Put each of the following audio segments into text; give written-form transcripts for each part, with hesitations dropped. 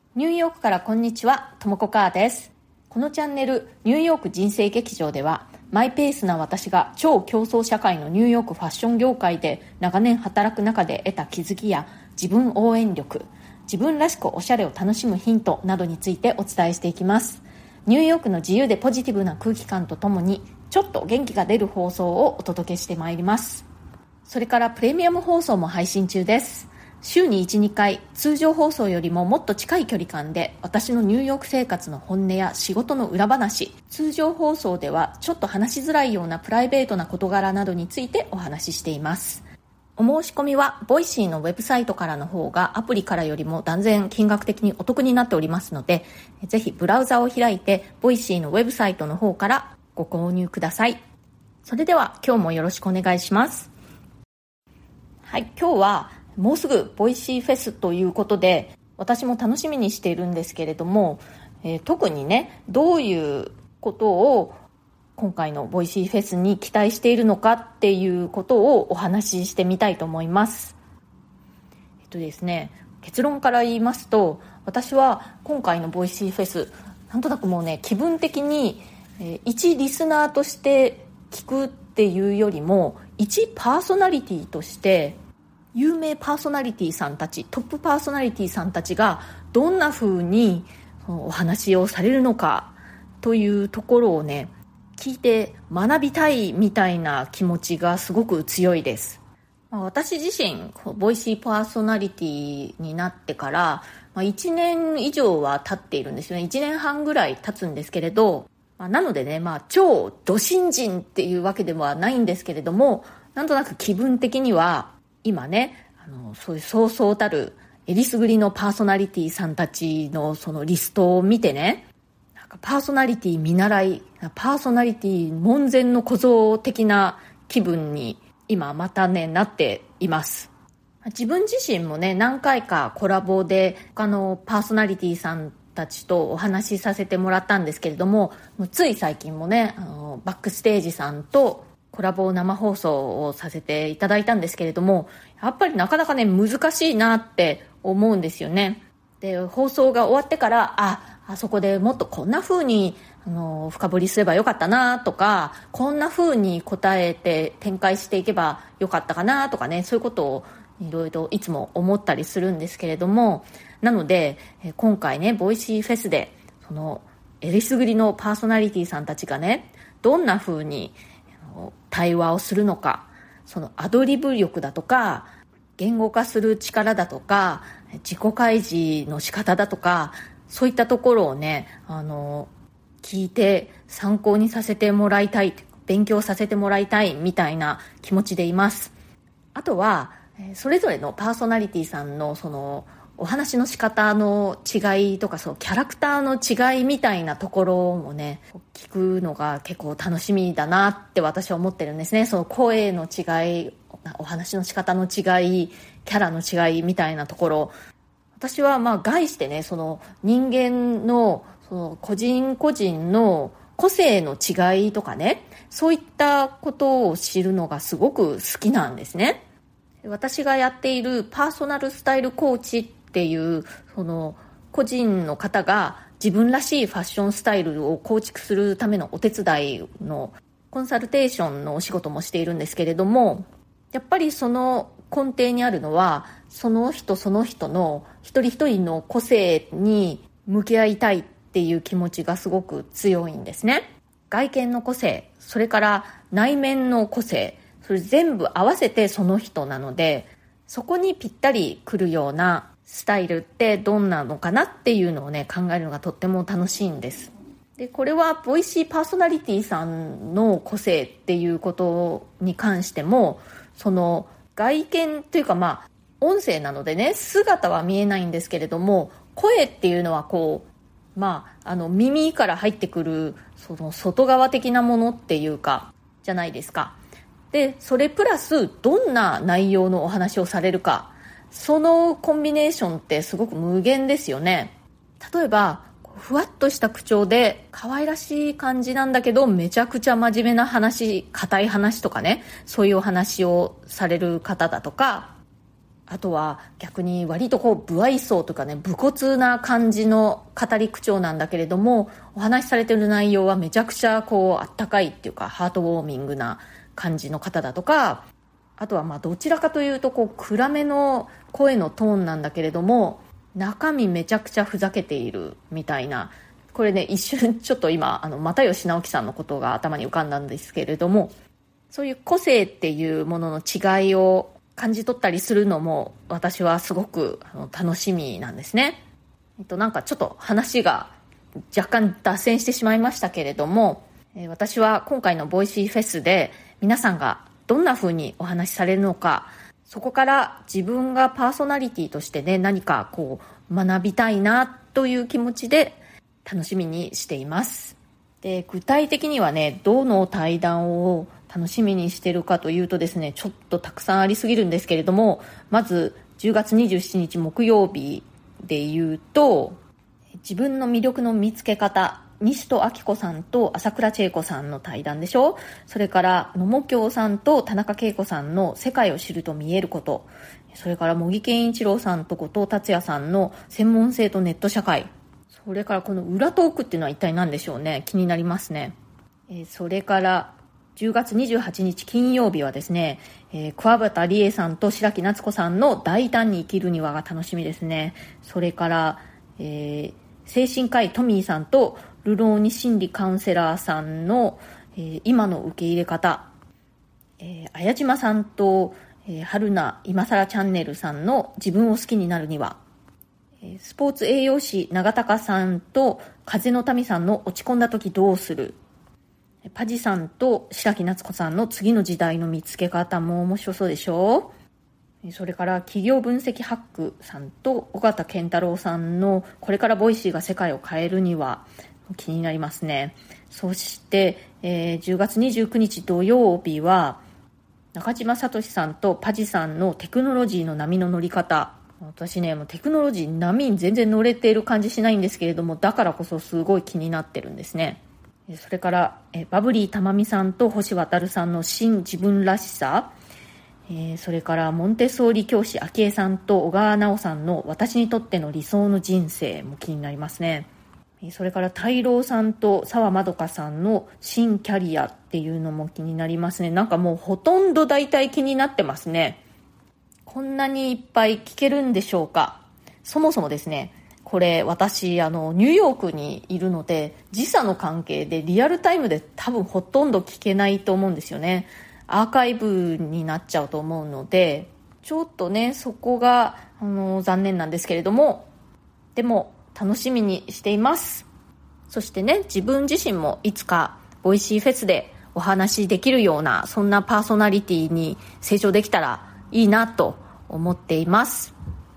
ニューヨークからこんにちは、ともこかーです。このチャンネルニューヨーク人生劇場では、マイペースな私が超競争社会のニューヨークファッション業界で長年働く中で得た気づきや自分応援力、自分らしくおしゃれを楽しむヒントなどについてお伝えしていきます。ニューヨークの自由でポジティブな空気感とともにちょっと元気が出る放送をお届けしてまいります。それからプレミアム放送も配信中です。週に 1,2 回、通常放送よりももっと近い距離感で私のニューヨーク生活の本音や仕事の裏話、通常放送ではちょっと話しづらいようなプライベートな事柄などについてお話ししています。お申し込みはボイシーのウェブサイトからの方がアプリからよりも断然金額的にお得になっておりますので、ぜひブラウザを開いてボイシーのウェブサイトの方からご購入ください。それでは今日もよろしくお願いします。はい、今日はもうすぐボイシーフェスということで私も楽しみにしているんですけれども、特にねどういうことを今回のボイシーフェスに期待しているのかっていうことをお話ししてみたいと思います。ですね、結論から言いますと、私は今回のボイシーフェスなんとなくもうね気分的に、一リスナーとして聞くっていうよりも一パーソナリティとして有名パーソナリティさんたち、トップパーソナリティさんたちがどんな風にお話をされるのかというところをね聞いて学びたいみたいな気持ちがすごく強いです。私自身ボイシーパーソナリティになってから1年以上は経っているんですよね。1年半ぐらい経つんですけれど、なのでね、超ド新人っていうわけではないんですけれども、なんとなく気分的には今ね、そういうそうそうたるえりすぐりのパーソナリティさんたちのそのリストを見てね、なんかパーソナリティ見習い、パーソナリティ門前の小僧的な気分に今またねなっています。自分自身もね何回かコラボで他のパーソナリティさんたちとお話しさせてもらったんですけれども、つい最近もねバックステージさんとコラボ生放送をさせていただいたんですけれども、やっぱりなかなかね難しいなって思うんですよね。で、放送が終わってからあそこでもっとこんな風に深掘りすればよかったなとか、こんな風に答えて展開していけばよかったかなとかね、そういうことをいろいろいつも思ったりするんですけれども、なので今回ねボイシーフェスでそのえりすぐりのパーソナリティさんたちがねどんな風に対話をするのか、そのアドリブ力だとか言語化する力だとか自己開示の仕方だとか、そういったところをね聞いて参考にさせてもらいたい、勉強させてもらいたいみたいな気持ちでいます。あとはそれぞれのパーソナリティさんのそのお話の仕方の違いとか、そのキャラクターの違いみたいなところもね聞くのが結構楽しみだなって私は思ってるんですね。その声の違い、お話の仕方の違い、キャラの違いみたいなところ、私は概してねその人間のその個人個人の個性の違いとかね、そういったことを知るのがすごく好きなんですね。私がやっているパーソナルスタイルコーチっていうその個人の方が自分らしいファッションスタイルを構築するためのお手伝いのコンサルテーションのお仕事もしているんですけれども、やっぱりその根底にあるのはその人その人の一人一人の個性に向き合いたいっていう気持ちがすごく強いんですね。外見の個性、それから内面の個性、それ全部合わせてその人なので、そこにぴったりくるようなスタイルってどんなのかなっていうのをね考えるのがとっても楽しいんです。で、これはボイシーパーソナリティさんの個性っていうことに関しても、その外見というか音声なのでね姿は見えないんですけれども、声っていうのはこう耳から入ってくるその外側的なものっていうかじゃないですか。で、それプラスどんな内容のお話をされるか、そのコンビネーションってすごく無限ですよね。例えばふわっとした口調で可愛らしい感じなんだけどめちゃくちゃ真面目な話、硬い話とかね、そういうお話をされる方だとか、 あとは逆に割と不愛想とかね、武骨な感じの語り口調なんだけれども、お話しされてる内容はめちゃくちゃあったかいっていうかハートウォーミングな感じの方だとか、あとはどちらかというと暗めの声のトーンなんだけれども、中身めちゃくちゃふざけているみたいな、これね一瞬ちょっと今又吉直樹さんのことが頭に浮かんだんですけれども、そういう個性っていうものの違いを感じ取ったりするのも私はすごく楽しみなんですね。なんかちょっと話が若干脱線してしまいましたけれども、私は今回のボイシーフェスで皆さんがどんな風にお話しされるのか、そこから自分がパーソナリティとしてね、何か学びたいなという気持ちで楽しみにしています。で、具体的にはね、どの対談を楽しみにしてるかというとですね、ちょっとたくさんありすぎるんですけれども、まず10月27日木曜日で言うと、自分の魅力の見つけ方、西戸明子さんと朝倉千恵子さんの対談でしょ。それから野茂京さんと田中恵子さんの世界を知ると見えること、それから茂木健一郎さんと後藤達也さんの専門性とネット社会、それからこの裏トークっていうのは一体何でしょうね。気になりますね。それから10月28日金曜日はですね、桑畑理恵さんと白木夏子さんの大胆に生きるにはが楽しみですね。それから、精神科医トミーさんとルローニ心理カウンセラーさんの、今の受け入れ方、綾島さんと、春菜今更チャンネルさんの自分を好きになるには、スポーツ栄養士永高さんと風の民さんの落ち込んだ時どうする、パジさんと白木夏子さんの次の時代の見つけ方も面白そうでしょう。それから企業分析ハックさんと尾形健太郎さんのこれからボイシーが世界を変えるには気になりますね。そして、10月29日土曜日は中島聡さんとパジさんのテクノロジーの波の乗り方。私ね、もうテクノロジー波に全然乗れている感じしないんですけれども、だからこそすごい気になってるんですね。それからバブリー玉美さんと星渉さんの新自分らしさ、それからモンテッソーリ教師昭恵さんと小川直さんの私にとっての理想の人生も気になりますね。それから太郎さんと澤まどかさんの新キャリアっていうのも気になりますね。なんかもうほとんど大体気になってますね。こんなにいっぱい聞けるんでしょうか。そもそもですね、これ私ニューヨークにいるので時差の関係でリアルタイムで多分ほとんど聞けないと思うんですよね。アーカイブになっちゃうと思うので、ちょっとねそこが残念なんですけれども、でも楽しみにしています。そしてね、自分自身もいつかボイシーフェスでお話しできるようなそんなパーソナリティに成長できたらいいなと思っています。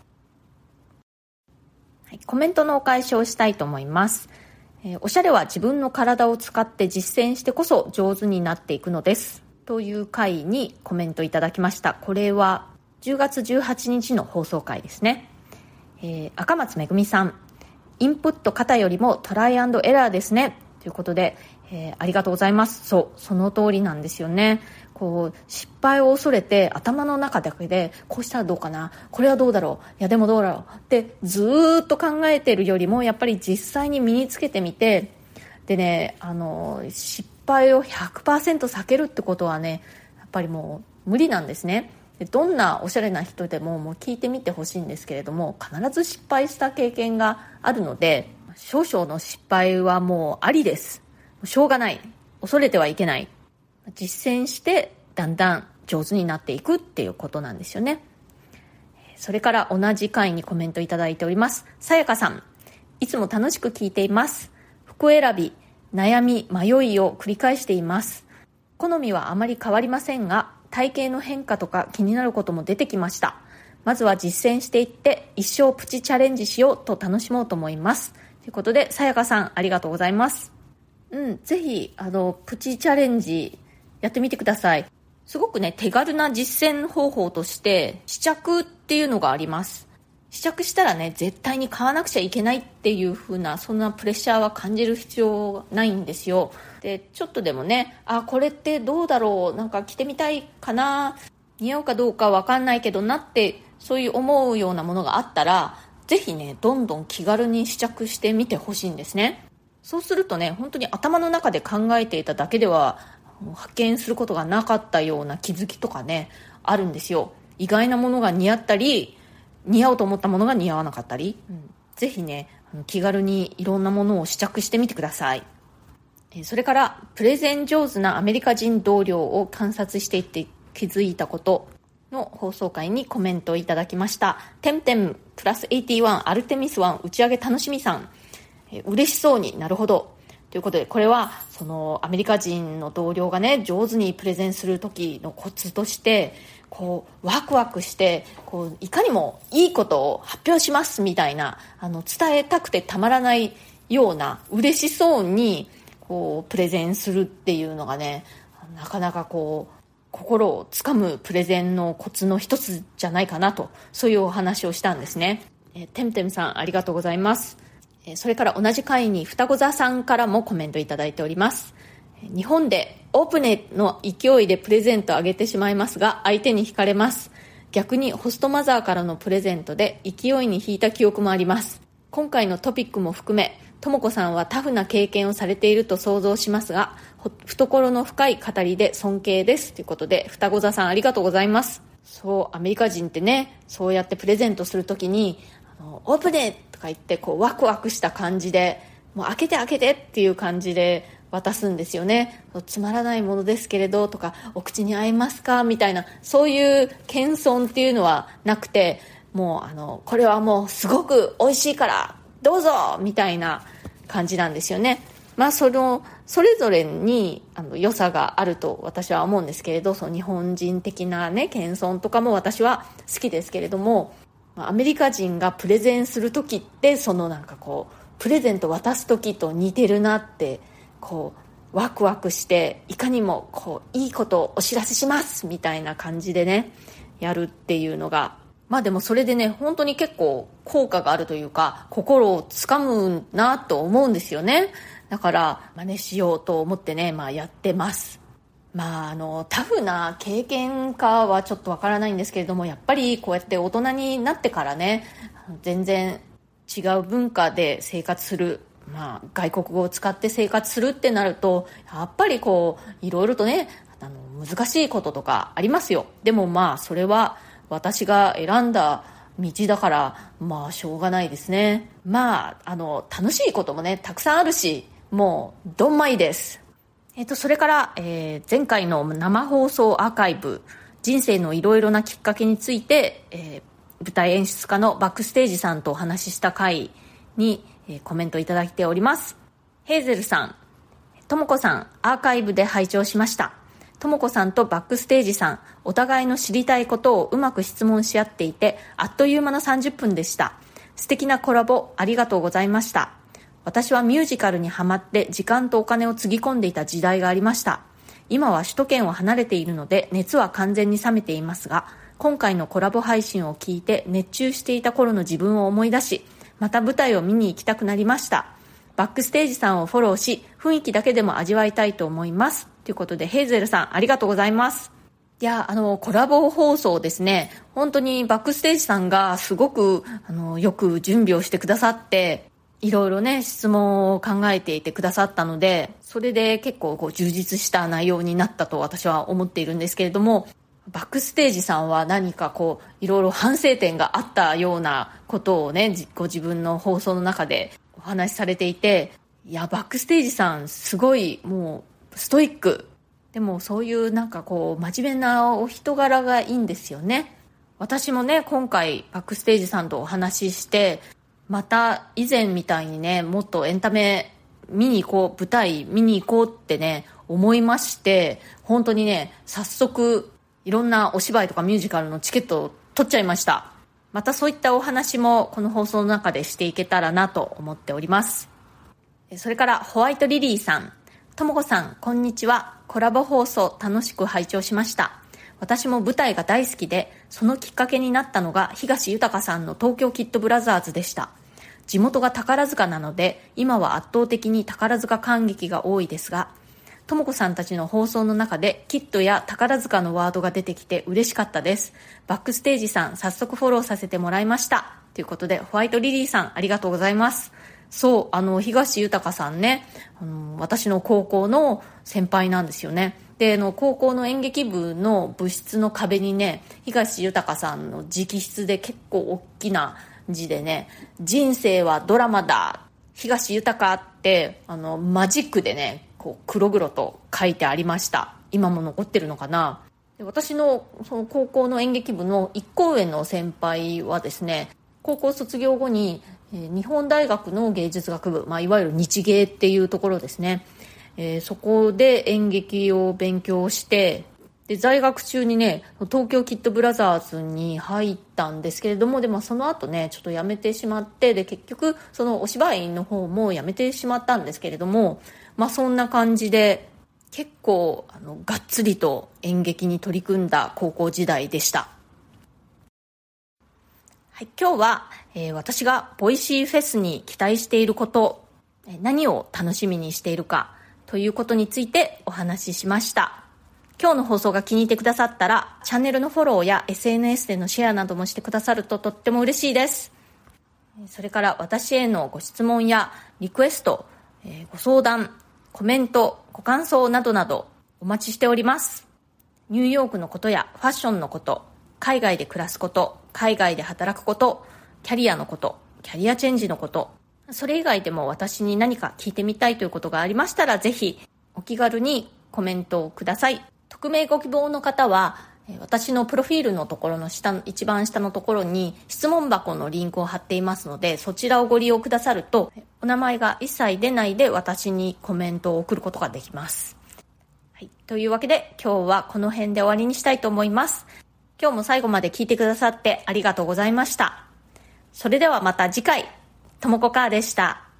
はい、コメントのお返しをしたいと思います。おしゃれは自分の体を使って実践してこそ上手になっていくのですという回にコメントいただきました。これは10月18日の放送回ですね。赤松めぐみさん、インプット型よりもトライアンドエラーですねということで、ありがとうございます。その通りなんですよね。失敗を恐れて頭の中だけでこうしたらどうかな、これはどうだろう、いやでもどうだろうってずーっと考えてるよりも、やっぱり実際に身につけてみて、でね、失敗を 100% 避けるってことはね、やっぱりもう無理なんですね。でどんなおしゃれな人でも聞いてみてほしいんですけれども、必ず失敗した経験があるので、少々の失敗はもうありです。しょうがない、恐れてはいけない、実践してだんだん上手になっていくっていうことなんですよね。それから同じ回にコメントいただいております。さやかさん、いつも楽しく聞いています。服選び、悩み、迷いを繰り返しています。好みはあまり変わりませんが、体型の変化とか気になることも出てきました。まずは実践していって一生プチチャレンジしようと楽しもうと思います。ということで、さやかさんありがとうございます。ぜひプチチャレンジやってみてください。すごくね、手軽な実践方法として試着っていうのがあります。試着したらね、絶対に買わなくちゃいけないっていう風な、そんなプレッシャーは感じる必要ないんですよ。で、ちょっとでもね、これってどうだろう、なんか着てみたいかな、似合うかどうかわかんないけどなって、 そういう思うようなものがあったら、ぜひね、どんどん気軽に試着してみてほしいんですね。そうするとね、本当に頭の中で考えていただけでは発見することがなかったような気づきとかね、あるんですよ。意外なものが似合ったり、似合うと思ったものが似合わなかったり、ぜひね、気軽にいろんなものを試着してみてください。それからプレゼン上手なアメリカ人同僚を観察していって気づいたことの放送回にコメントをいただきました。テムテムプラス81アルテミス1打ち上げ楽しみさん、嬉しそうになるほどということで、これはそのアメリカ人の同僚がね、上手にプレゼンする時のコツとして、こうワクワクして、こういかにもいいことを発表しますみたいな、伝えたくてたまらないような、嬉しそうにこうプレゼンするっていうのがね、なかなかこう心をつかむプレゼンのコツの一つじゃないかなと、そういうお話をしたんですね。テムテムさん、ありがとうございます。それから同じ回に双子座さんからもコメントいただいております。日本でオープネの勢いでプレゼントあげてしまいますが、相手に惹かれます。逆にホストマザーからのプレゼントで勢いに引いた記憶もあります。今回のトピックも含め、ともこさんはタフな経験をされていると想像しますが、懐の深い語りで尊敬ですということで、双子座さん、ありがとうございます。そう、アメリカ人ってね、そうやってプレゼントするときにオープネとか言って、こうワクワクした感じで、もう開けて開けてっていう感じで渡すんですよね。つまらないものですけれどとか、お口に合いますかみたいな、そういう謙遜っていうのはなくて、もうこれはもうすごく美味しいからどうぞみたいな感じなんですよね。まあそれぞれに良さがあると私は思うんですけれど、その日本人的なね、謙遜とかも私は好きですけれども、アメリカ人がプレゼンするときって、そのなんかこうプレゼント渡すときと似てるなって、こうワクワクして、いかにもこういいことをお知らせしますみたいな感じでね、やるっていうのが、まあでもそれでね、本当に結構効果があるというか、心をつかむなと思うんですよね。だから真似しようと思ってね、まあやってます。まあタフな経験かはちょっとわからないんですけれども、やっぱりこうやって大人になってからね、全然違う文化で生活する、まあ外国語を使って生活するってなると、やっぱりこういろいろとね、難しいこととかありますよ。でもまあそれは私が選んだ道だから、まあしょうがないですね。まあ楽しいこともね、たくさんあるし、もうどんまいです。それから、前回の生放送アーカイブ、人生のいろいろなきっかけについて、舞台演出家のバックステージさんとお話しした回に、コメントいただいております。ヘーゼルさん、ともこさん、アーカイブで拝聴しました。ともこさんとバックステージさん、お互いの知りたいことをうまく質問し合っていて、あっという間の30分でした。素敵なコラボありがとうございました。私はミュージカルにハマって時間とお金をつぎ込んでいた時代がありました。今は首都圏を離れているので熱は完全に冷めていますが、今回のコラボ配信を聞いて熱中していた頃の自分を思い出し、また舞台を見に行きたくなりました。バックステージさんをフォローし、雰囲気だけでも味わいたいと思います。ということで、ヘイゼルさん、ありがとうございます。いや、コラボ放送ですね。本当にバックステージさんがすごく、よく準備をしてくださって、いろいろね、質問を考えていてくださったので、それで結構充実した内容になったと私は思っているんですけれども、バックステージさんは何かいろいろ反省点があったようなことをね、ご自分の放送の中でお話しされていて、いや、バックステージさんすごいもうストイック。でもそういうなんか真面目なお人柄がいいんですよね。私もね、今回バックステージさんとお話しして、また以前みたいにね、もっとエンタメ見に行こう、舞台見に行こうってね、思いまして、本当にね、早速いろんなお芝居とかミュージカルのチケットを取っちゃいました。またそういったお話もこの放送の中でしていけたらなと思っております。それからホワイトリリーさん、ともこさん、こんにちは。コラボ放送楽しく拝聴しました。私も舞台が大好きで、そのきっかけになったのが東豊さんの東京キッドブラザーズでした。地元が宝塚なので、今は圧倒的に宝塚観劇が多いですが、 ともこさんたちの放送の中でキットや宝塚のワードが出てきて嬉しかったです。バックステージさん、早速フォローさせてもらいました。ということで、ホワイトリリーさん、ありがとうございます。そう、東豊さんね、私の高校の先輩なんですよね。で、高校の演劇部の部室の壁にね、東豊さんの直筆で結構大きな字でね、人生はドラマだ、東豊ってマジックでね、こう黒々と書いてありました。今も残ってるのかな。で、私のその高校の演劇部の1個上の先輩はですね、高校卒業後に日本大学の芸術学部、いわゆる日芸っていうところですね、そこで演劇を勉強して、で在学中にね、東京キッドブラザーズに入ったんですけれども、でもその後ねちょっと辞めてしまって、で結局そのお芝居の方も辞めてしまったんですけれども、そんな感じで結構がっつりと演劇に取り組んだ高校時代でした。はい、今日は、私がボイシーフェスに期待していること、何を楽しみにしているかということについてお話ししました。今日の放送が気に入ってくださったら、チャンネルのフォローや SNS でのシェアなどもしてくださるととっても嬉しいです。それから私へのご質問やリクエスト、ご相談、コメント、ご感想などなどお待ちしております。ニューヨークのことやファッションのこと、海外で暮らすこと、海外で働くこと、キャリアのこと、キャリアチェンジのこと、それ以外でも私に何か聞いてみたいということがありましたら、ぜひお気軽にコメントをください。匿名ご希望の方は、私のプロフィールのところの一番下のところに質問箱のリンクを貼っていますので、そちらをご利用くださると、お名前が一切出ないで私にコメントを送ることができます。はい、というわけで今日はこの辺で終わりにしたいと思います。今日も最後まで聞いてくださってありがとうございました。それではまた次回、ともこかーでした。